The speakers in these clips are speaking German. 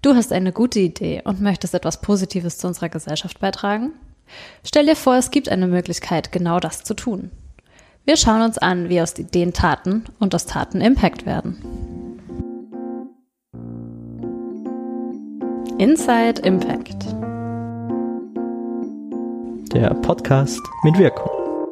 Du hast eine gute Idee und möchtest etwas Positives zu unserer Gesellschaft beitragen? Stell dir vor, es gibt eine Möglichkeit, genau das zu tun. Wir schauen uns an, wie aus Ideen Taten und aus Taten Impact werden. Inside Impact. Der Podcast mit Wirkung.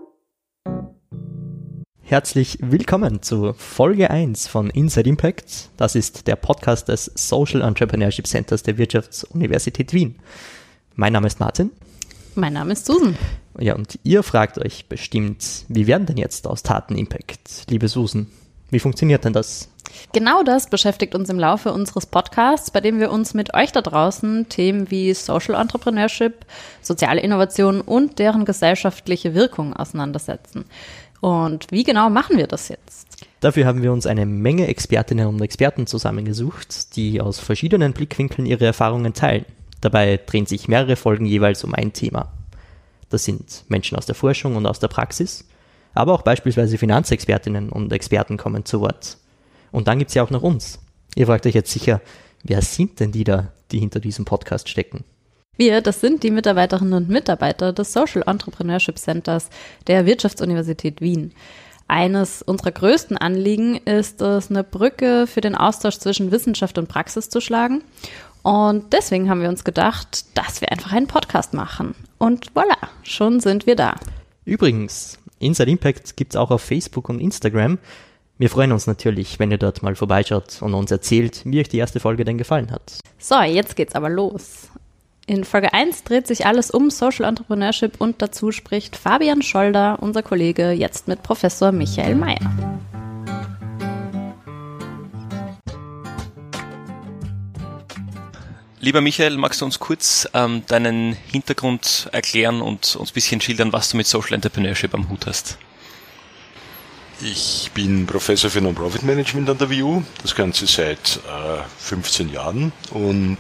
Herzlich willkommen zu Folge 1 von Inside Impact. Das ist der Podcast des Social Entrepreneurship Centers der Wirtschaftsuniversität Wien. Mein Name ist Martin. Mein Name ist Susan. Ja, und ihr fragt euch bestimmt, wie werden denn jetzt aus Taten Impact? Liebe Susan, wie funktioniert denn das? Genau das beschäftigt uns im Laufe unseres Podcasts, bei dem wir uns mit euch da draußen Themen wie Social Entrepreneurship, soziale Innovation und deren gesellschaftliche Wirkung auseinandersetzen. Und wie genau machen wir das jetzt? Dafür haben wir uns eine Menge Expertinnen und Experten zusammengesucht, die aus verschiedenen Blickwinkeln ihre Erfahrungen teilen. Dabei drehen sich mehrere Folgen jeweils um ein Thema. Das sind Menschen aus der Forschung und aus der Praxis, aber auch beispielsweise Finanzexpertinnen und Experten kommen zu Wort. Und dann gibt es ja auch noch uns. Ihr fragt euch jetzt sicher, wer sind denn die da, die hinter diesem Podcast stecken? Wir, das sind die Mitarbeiterinnen und Mitarbeiter des Social Entrepreneurship Centers der Wirtschaftsuniversität Wien. Eines unserer größten Anliegen ist es, eine Brücke für den Austausch zwischen Wissenschaft und Praxis zu schlagen. Und deswegen haben wir uns gedacht, dass wir einfach einen Podcast machen. Und voilà, schon sind wir da. Übrigens, Inside Impact gibt es auch auf Facebook und Instagram. Wir freuen uns natürlich, wenn ihr dort mal vorbeischaut und uns erzählt, wie euch die erste Folge denn gefallen hat. So, jetzt geht's aber los. In Folge 1 dreht sich alles um Social Entrepreneurship und dazu spricht Fabian Scholder, unser Kollege, jetzt mit Professor Michael Mayer. Lieber Michael, magst du uns kurz deinen Hintergrund erklären und uns ein bisschen schildern, was du mit Social Entrepreneurship am Hut hast? Ich bin Professor für Non-Profit Management an der WU, das Ganze seit 15 Jahren, und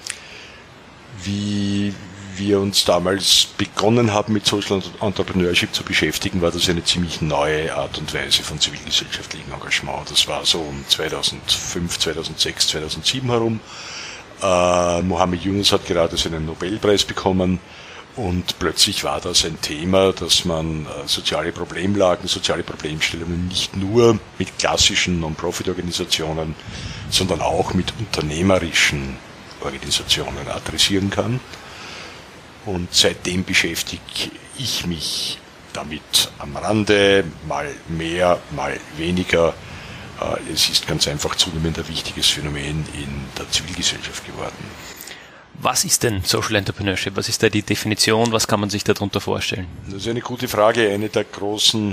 wie wir uns damals begonnen haben, mit Social Entrepreneurship zu beschäftigen, war das eine ziemlich neue Art und Weise von zivilgesellschaftlichem Engagement. Das war so um 2005, 2006, 2007 herum. Mohammed Yunus hat gerade seinen Nobelpreis bekommen und plötzlich war das ein Thema, dass man soziale Problemlagen, soziale Problemstellungen nicht nur mit klassischen Non-Profit-Organisationen, sondern auch mit unternehmerischen Organisationen adressieren kann. Und seitdem beschäftige ich mich damit am Rande, mal mehr, mal weniger. Es ist ganz einfach zunehmend ein wichtiges Phänomen in der Zivilgesellschaft geworden. Was ist denn Social Entrepreneurship? Was ist da die Definition? Was kann man sich darunter vorstellen? Das ist eine gute Frage. Eine der großen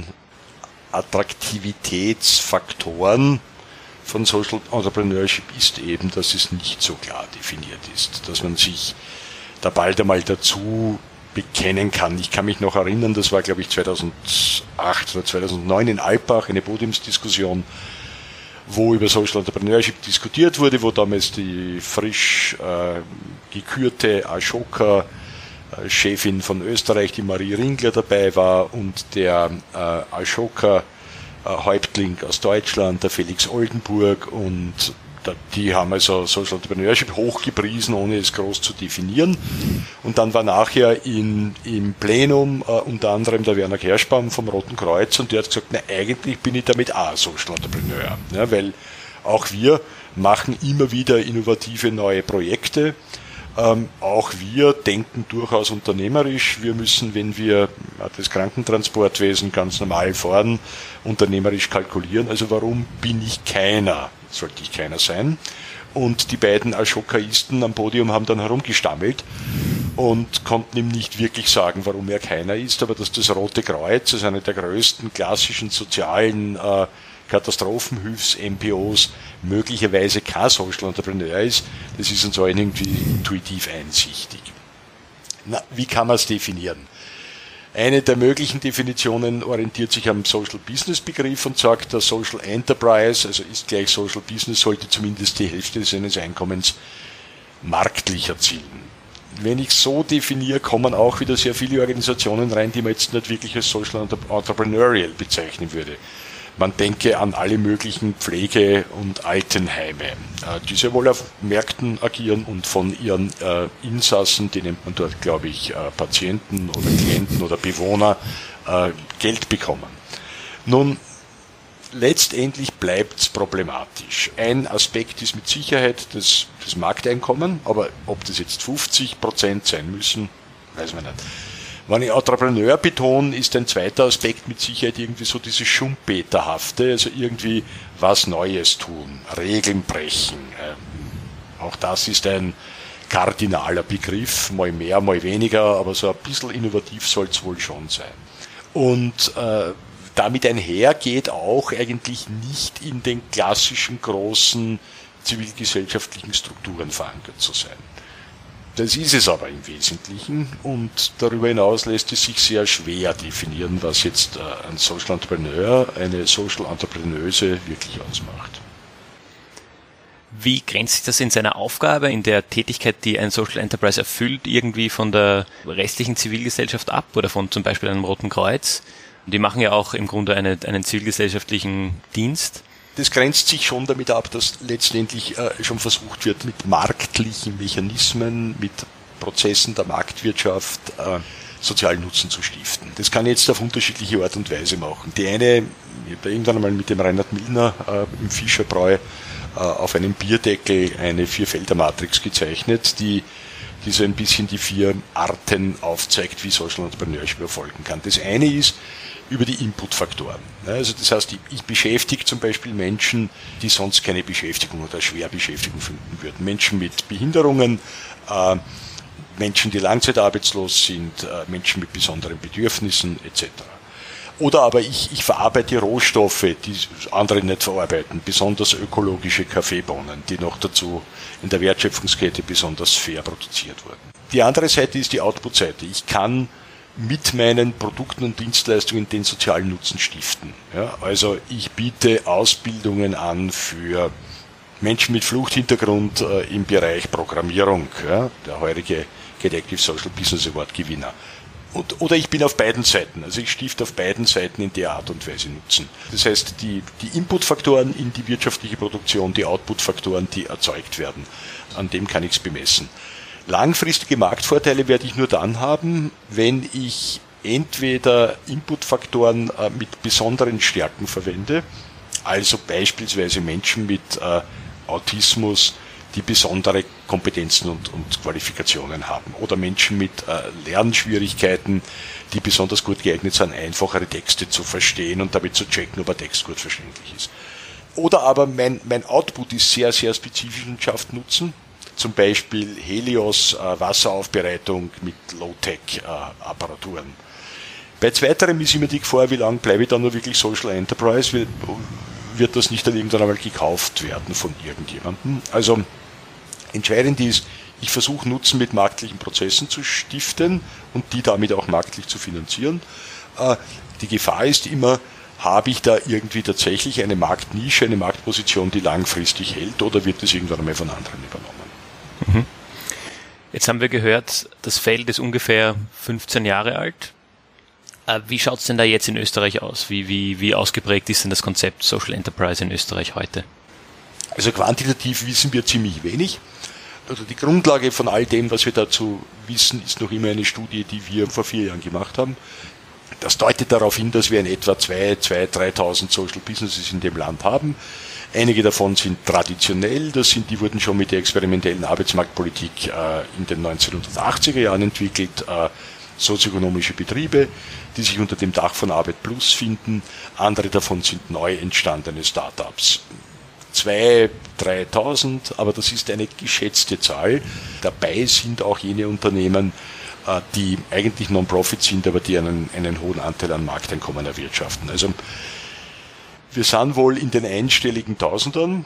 Attraktivitätsfaktoren von Social Entrepreneurship ist eben, dass es nicht so klar definiert ist, dass man sich da bald einmal dazu bekennen kann. Ich kann mich noch erinnern, das war glaube ich 2008 oder 2009 in Alpbach, eine Podiumsdiskussion, wo über Social Entrepreneurship diskutiert wurde, wo damals die frisch gekürte Ashoka-Chefin von Österreich, die Marie Ringler, dabei war und der Ashoka-Häuptling aus Deutschland, der Felix Oldenburg, und die haben also Social Entrepreneurship hochgepriesen, ohne es groß zu definieren. Und dann war nachher im Plenum unter anderem der Werner Kerschbaum vom Roten Kreuz, und der hat gesagt, na, eigentlich bin ich damit auch Social Entrepreneur. Ja, weil auch wir machen immer wieder innovative neue Projekte. Auch wir denken durchaus unternehmerisch. Wir müssen, wenn wir das Krankentransportwesen ganz normal fahren, unternehmerisch kalkulieren. Also warum bin ich keiner? Sollte ich keiner sein. Und die beiden Ashokaisten am Podium haben dann herumgestammelt und konnten ihm nicht wirklich sagen, warum er keiner ist, aber dass das Rote Kreuz, also eine der größten klassischen sozialen Katastrophenhilfs-NPOs, möglicherweise kein Social Entrepreneur ist, das ist uns allen irgendwie intuitiv einsichtig. Na, wie kann man es definieren? Eine der möglichen Definitionen orientiert sich am Social Business Begriff und sagt, der Social Enterprise, also ist gleich Social Business, sollte zumindest die Hälfte seines Einkommens marktlich erzielen. Wenn ich so definiere, kommen auch wieder sehr viele Organisationen rein, die man jetzt nicht wirklich als Social Entrepreneurial bezeichnen würde. Man denke an alle möglichen Pflege- und Altenheime, die sehr wohl auf Märkten agieren und von ihren Insassen, die nennt man dort, glaube ich, Patienten oder Klienten oder Bewohner, Geld bekommen. Nun, letztendlich bleibt es problematisch. Ein Aspekt ist mit Sicherheit das Markteinkommen, aber ob das jetzt 50% sein müssen, weiß man nicht. Wenn ich Entrepreneur betone, ist ein zweiter Aspekt mit Sicherheit irgendwie so dieses Schumpeterhafte, also irgendwie was Neues tun, Regeln brechen. Auch das ist ein kardinaler Begriff, mal mehr, mal weniger, aber so ein bisschen innovativ soll es wohl schon sein. Und damit einher geht auch eigentlich nicht in den klassischen großen zivilgesellschaftlichen Strukturen verankert zu sein. Das ist es aber im Wesentlichen und darüber hinaus lässt es sich sehr schwer definieren, was jetzt ein Social Entrepreneur, eine Social Entrepreneuse wirklich ausmacht. Wie grenzt sich das in seiner Aufgabe, in der Tätigkeit, die ein Social Enterprise erfüllt, irgendwie von der restlichen Zivilgesellschaft ab oder von zum Beispiel einem Roten Kreuz? Die machen ja auch im Grunde einen zivilgesellschaftlichen Dienst. Das grenzt sich schon damit ab, dass letztendlich schon versucht wird, mit marktlichen Mechanismen, mit Prozessen der Marktwirtschaft sozialen Nutzen zu stiften. Das kann ich jetzt auf unterschiedliche Art und Weise machen. Die eine, ich habe irgendwann einmal mit dem Reinhard Milner im Fischerbräu auf einem Bierdeckel eine 4-Felder-Matrix gezeichnet, die so ein bisschen die 4 Arten aufzeigt, wie Social Entrepreneurship erfolgen kann. Das eine ist über die Inputfaktoren. Also das heißt, ich beschäftige zum Beispiel Menschen, die sonst keine Beschäftigung oder schwer Beschäftigung finden würden. Menschen mit Behinderungen, Menschen, die langzeitarbeitslos sind, Menschen mit besonderen Bedürfnissen etc. Oder aber ich verarbeite Rohstoffe, die andere nicht verarbeiten, besonders ökologische Kaffeebohnen, die noch dazu in der Wertschöpfungskette besonders fair produziert wurden. Die andere Seite ist die Output-Seite. Ich kann mit meinen Produkten und Dienstleistungen den sozialen Nutzen stiften. Ja, also ich biete Ausbildungen an für Menschen mit Fluchthintergrund im Bereich Programmierung, ja, der heurige Get-Active Social Business Award Gewinner. Oder ich bin auf beiden Seiten, also ich stifte auf beiden Seiten in der Art und Weise Nutzen. Das heißt, die Inputfaktoren in die wirtschaftliche Produktion, die Outputfaktoren, die erzeugt werden, an dem kann ich es bemessen. Langfristige Marktvorteile werde ich nur dann haben, wenn ich entweder Inputfaktoren mit besonderen Stärken verwende, also beispielsweise Menschen mit Autismus, die besondere Kompetenzen und Qualifikationen haben, oder Menschen mit Lernschwierigkeiten, die besonders gut geeignet sind, einfachere Texte zu verstehen und damit zu checken, ob ein Text gut verständlich ist. Oder aber mein Output ist sehr, sehr spezifisch und schafft Nutzen. Zum Beispiel Helios, Wasseraufbereitung mit Low-Tech-Apparaturen. Bei zweiterem ist immer die Gefahr, wie lange bleibe ich dann nur wirklich Social Enterprise, wird das nicht dann irgendwann einmal gekauft werden von irgendjemandem. Also entscheidend ist, ich versuche Nutzen mit marktlichen Prozessen zu stiften und die damit auch marktlich zu finanzieren. Die Gefahr ist immer, habe ich da irgendwie tatsächlich eine Marktnische, eine Marktposition, die langfristig hält, oder wird das irgendwann einmal von anderen übernommen? Jetzt haben wir gehört, das Feld ist ungefähr 15 Jahre alt. Wie schaut es denn da jetzt in Österreich aus? Wie ausgeprägt ist denn das Konzept Social Enterprise in Österreich heute? Also quantitativ wissen wir ziemlich wenig. Also die Grundlage von all dem, was wir dazu wissen, ist noch immer eine Studie, die wir vor 4 Jahren gemacht haben. Das deutet darauf hin, dass wir in etwa 2.000, 3.000 Social Businesses in dem Land haben. Einige davon sind traditionell, die wurden schon mit der experimentellen Arbeitsmarktpolitik in den 1980er Jahren entwickelt, sozioökonomische Betriebe, die sich unter dem Dach von Arbeit Plus finden. Andere davon sind neu entstandene Startups. 2.000, 3.000, aber das ist eine geschätzte Zahl. Dabei sind auch jene Unternehmen, die eigentlich Non-Profit sind, aber die einen hohen Anteil an Markteinkommen erwirtschaften. Also wir sind wohl in den einstelligen Tausendern.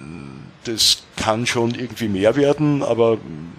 Das kann schon irgendwie mehr werden, aber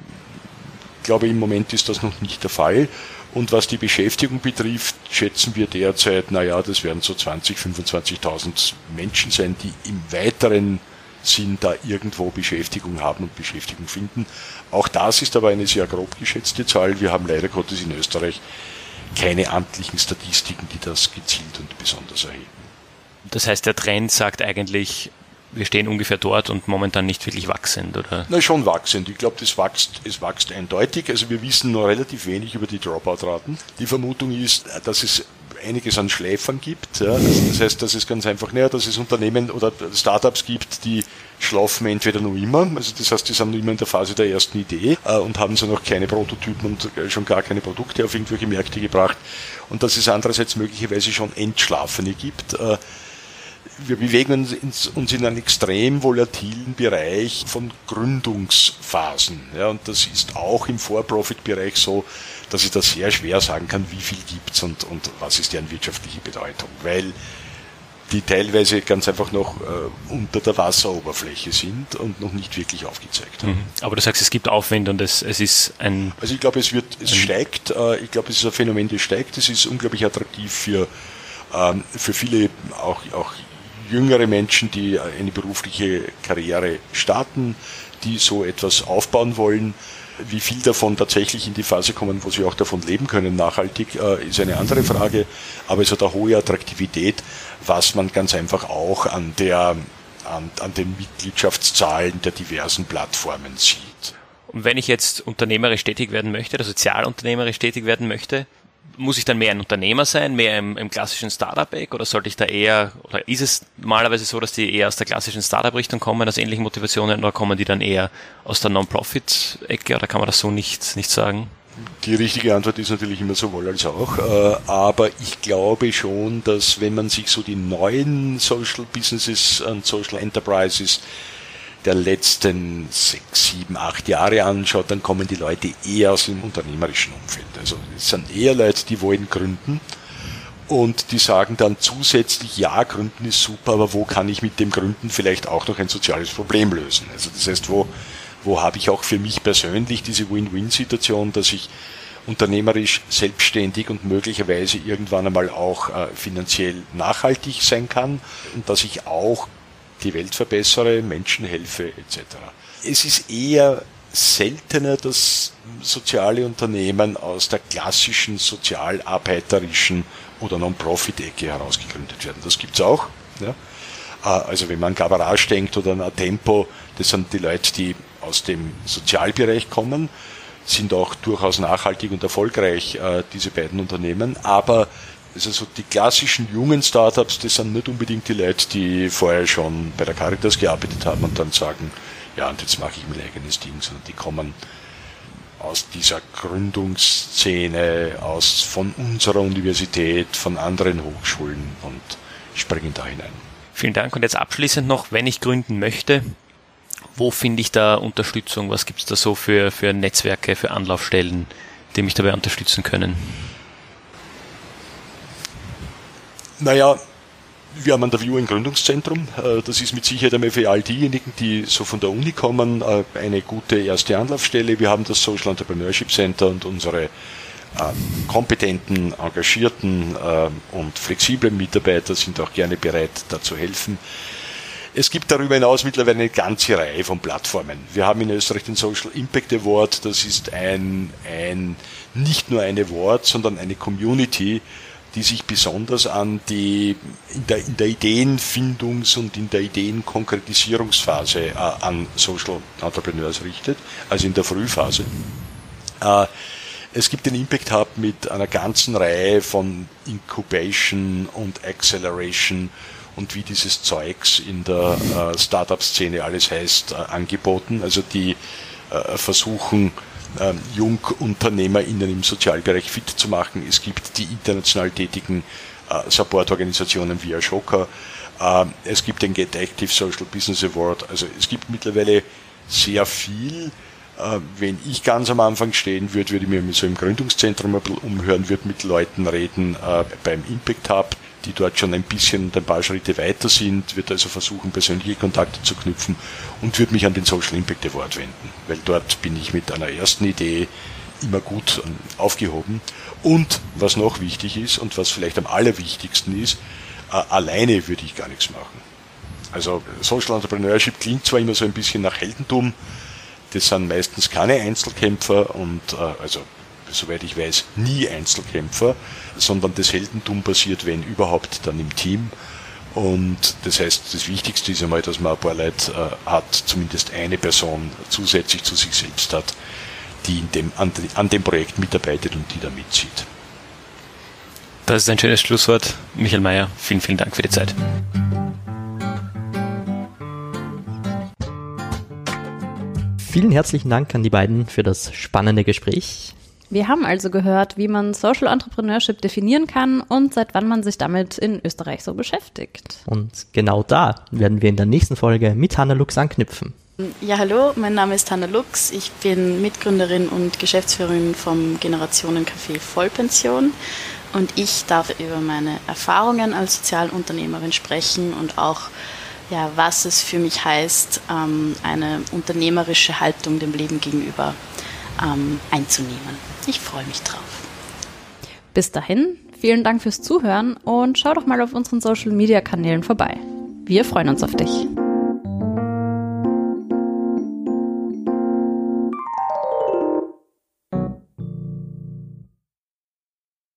ich glaube, im Moment ist das noch nicht der Fall. Und was die Beschäftigung betrifft, schätzen wir derzeit, das werden so 20.000, 25.000 Menschen sein, die im weiteren Sinn da irgendwo Beschäftigung haben und Beschäftigung finden. Auch das ist aber eine sehr grob geschätzte Zahl. Wir haben leider Gottes in Österreich keine amtlichen Statistiken, die das gezielt und besonders erheben. Das heißt, der Trend sagt eigentlich, wir stehen ungefähr dort und momentan nicht wirklich wachsend, oder? Na, schon wachsend. Ich glaube, es wächst eindeutig. Also wir wissen noch relativ wenig über die Dropout-Raten. Die Vermutung ist, dass es einiges an Schläfern gibt. Ja. Das heißt, dass es ganz einfach, dass es Unternehmen oder Startups gibt, die schlafen entweder noch immer, also das heißt, die sind noch immer in der Phase der ersten Idee und haben so noch keine Prototypen und schon gar keine Produkte auf irgendwelche Märkte gebracht. Und dass es andererseits möglicherweise schon Entschlafene gibt. Wir bewegen uns in einem extrem volatilen Bereich von Gründungsphasen. Ja, und das ist auch im For-Profit-Bereich so, dass ich da sehr schwer sagen kann, wie viel gibt's und was ist deren wirtschaftliche Bedeutung. Weil die teilweise ganz einfach noch unter der Wasseroberfläche sind und noch nicht wirklich aufgezeigt haben. Aber du sagst, es gibt Aufwind und es ist ein... Also ich glaube, es steigt. Ich glaube, es ist ein Phänomen, das steigt. Es ist unglaublich attraktiv für viele auch jüngere Menschen, die eine berufliche Karriere starten, die so etwas aufbauen wollen. Wie viel davon tatsächlich in die Phase kommen, wo sie auch davon leben können, nachhaltig, ist eine andere Frage. Aber es hat eine hohe Attraktivität, was man ganz einfach auch an den Mitgliedschaftszahlen der diversen Plattformen sieht. Und wenn ich jetzt unternehmerisch tätig werden möchte, oder sozialunternehmerisch tätig werden möchte, muss ich dann mehr ein Unternehmer sein, mehr im klassischen Startup-Eck, oder sollte ich da eher, oder ist es normalerweise so, dass die eher aus der klassischen Startup-Richtung kommen, aus ähnlichen Motivationen, oder kommen die dann eher aus der Non-Profit-Ecke, oder kann man das so nicht sagen? Die richtige Antwort ist natürlich immer sowohl als auch, aber ich glaube schon, dass wenn man sich so die neuen Social Businesses und Social Enterprises der letzten 6, 7, 8 Jahre anschaut, dann kommen die Leute eher aus dem unternehmerischen Umfeld. Also es sind eher Leute, die wollen gründen und die sagen dann zusätzlich, ja, gründen ist super, aber wo kann ich mit dem Gründen vielleicht auch noch ein soziales Problem lösen? Also das heißt, wo habe ich auch für mich persönlich diese Win-Win-Situation, dass ich unternehmerisch selbstständig und möglicherweise irgendwann einmal auch finanziell nachhaltig sein kann und dass ich auch die Welt verbessere, Menschen helfe etc. Es ist eher seltener, dass soziale Unternehmen aus der klassischen sozialarbeiterischen oder Non-Profit-Ecke herausgegründet werden. Das gibt's auch. Ja. Also wenn man an Garage denkt oder an Tempo, das sind die Leute, die aus dem Sozialbereich kommen, sind auch durchaus nachhaltig und erfolgreich, diese beiden Unternehmen, aber also so die klassischen jungen Startups, das sind nicht unbedingt die Leute, die vorher schon bei der Caritas gearbeitet haben und dann sagen, ja, und jetzt mache ich mein eigenes Ding, sondern die kommen aus dieser Gründungsszene, von unserer Universität, von anderen Hochschulen und springen da hinein. Vielen Dank. Und jetzt abschließend noch, wenn ich gründen möchte, wo finde ich da Unterstützung? Was gibt es da so für Netzwerke, für Anlaufstellen, die mich dabei unterstützen können? Naja, wir haben an der WU ein Gründungszentrum. Das ist mit Sicherheit einmal für all diejenigen, die so von der Uni kommen, eine gute erste Anlaufstelle. Wir haben das Social Entrepreneurship Center und unsere kompetenten, engagierten und flexiblen Mitarbeiter sind auch gerne bereit, da zu helfen. Es gibt darüber hinaus mittlerweile eine ganze Reihe von Plattformen. Wir haben in Österreich den Social Impact Award. Das ist nicht nur ein Award, sondern eine Community, die sich besonders in der Ideenfindungs- und in der Ideenkonkretisierungsphase an Social Entrepreneurs richtet, also in der Frühphase. Es gibt den Impact Hub mit einer ganzen Reihe von Incubation und Acceleration und wie dieses Zeugs in der Startup-Szene alles heißt, angeboten. Also die versuchen, JungunternehmerInnen im Sozialbereich fit zu machen. Es gibt die international tätigen Supportorganisationen wie Ashoka. Es gibt den Get Active Social Business Award. Also es gibt mittlerweile sehr viel. Wenn ich ganz am Anfang stehen würde ich mir so im Gründungszentrum ein bisschen umhören, würde mit Leuten reden beim Impact Hub, die dort schon ein paar Schritte weiter sind, würde also versuchen, persönliche Kontakte zu knüpfen und würde mich an den Social Impact Award wenden, weil dort bin ich mit einer ersten Idee immer gut aufgehoben. Und was noch wichtig ist und was vielleicht am allerwichtigsten ist, alleine würde ich gar nichts machen. Also Social Entrepreneurship klingt zwar immer so ein bisschen nach Heldentum, das sind meistens keine Einzelkämpfer und also soweit ich weiß, nie Einzelkämpfer, sondern das Heldentum passiert, wenn überhaupt, dann im Team. Und das heißt, das Wichtigste ist einmal, dass man ein paar Leute hat, zumindest eine Person zusätzlich zu sich selbst hat, die an dem Projekt mitarbeitet und die da mitzieht. Das ist ein schönes Schlusswort. Michael Mayer, vielen, vielen Dank für die Zeit. Vielen herzlichen Dank an die beiden für das spannende Gespräch. Wir haben also gehört, wie man Social Entrepreneurship definieren kann und seit wann man sich damit in Österreich so beschäftigt. Und genau da werden wir in der nächsten Folge mit Hanna Lux anknüpfen. Ja, hallo, mein Name ist Hanna Lux. Ich bin Mitgründerin und Geschäftsführerin vom Generationencafé Vollpension und ich darf über meine Erfahrungen als Sozialunternehmerin sprechen und auch, ja, was es für mich heißt, eine unternehmerische Haltung dem Leben gegenüber einzunehmen. Ich freue mich drauf. Bis dahin, vielen Dank fürs Zuhören und schau doch mal auf unseren Social-Media-Kanälen vorbei. Wir freuen uns auf dich.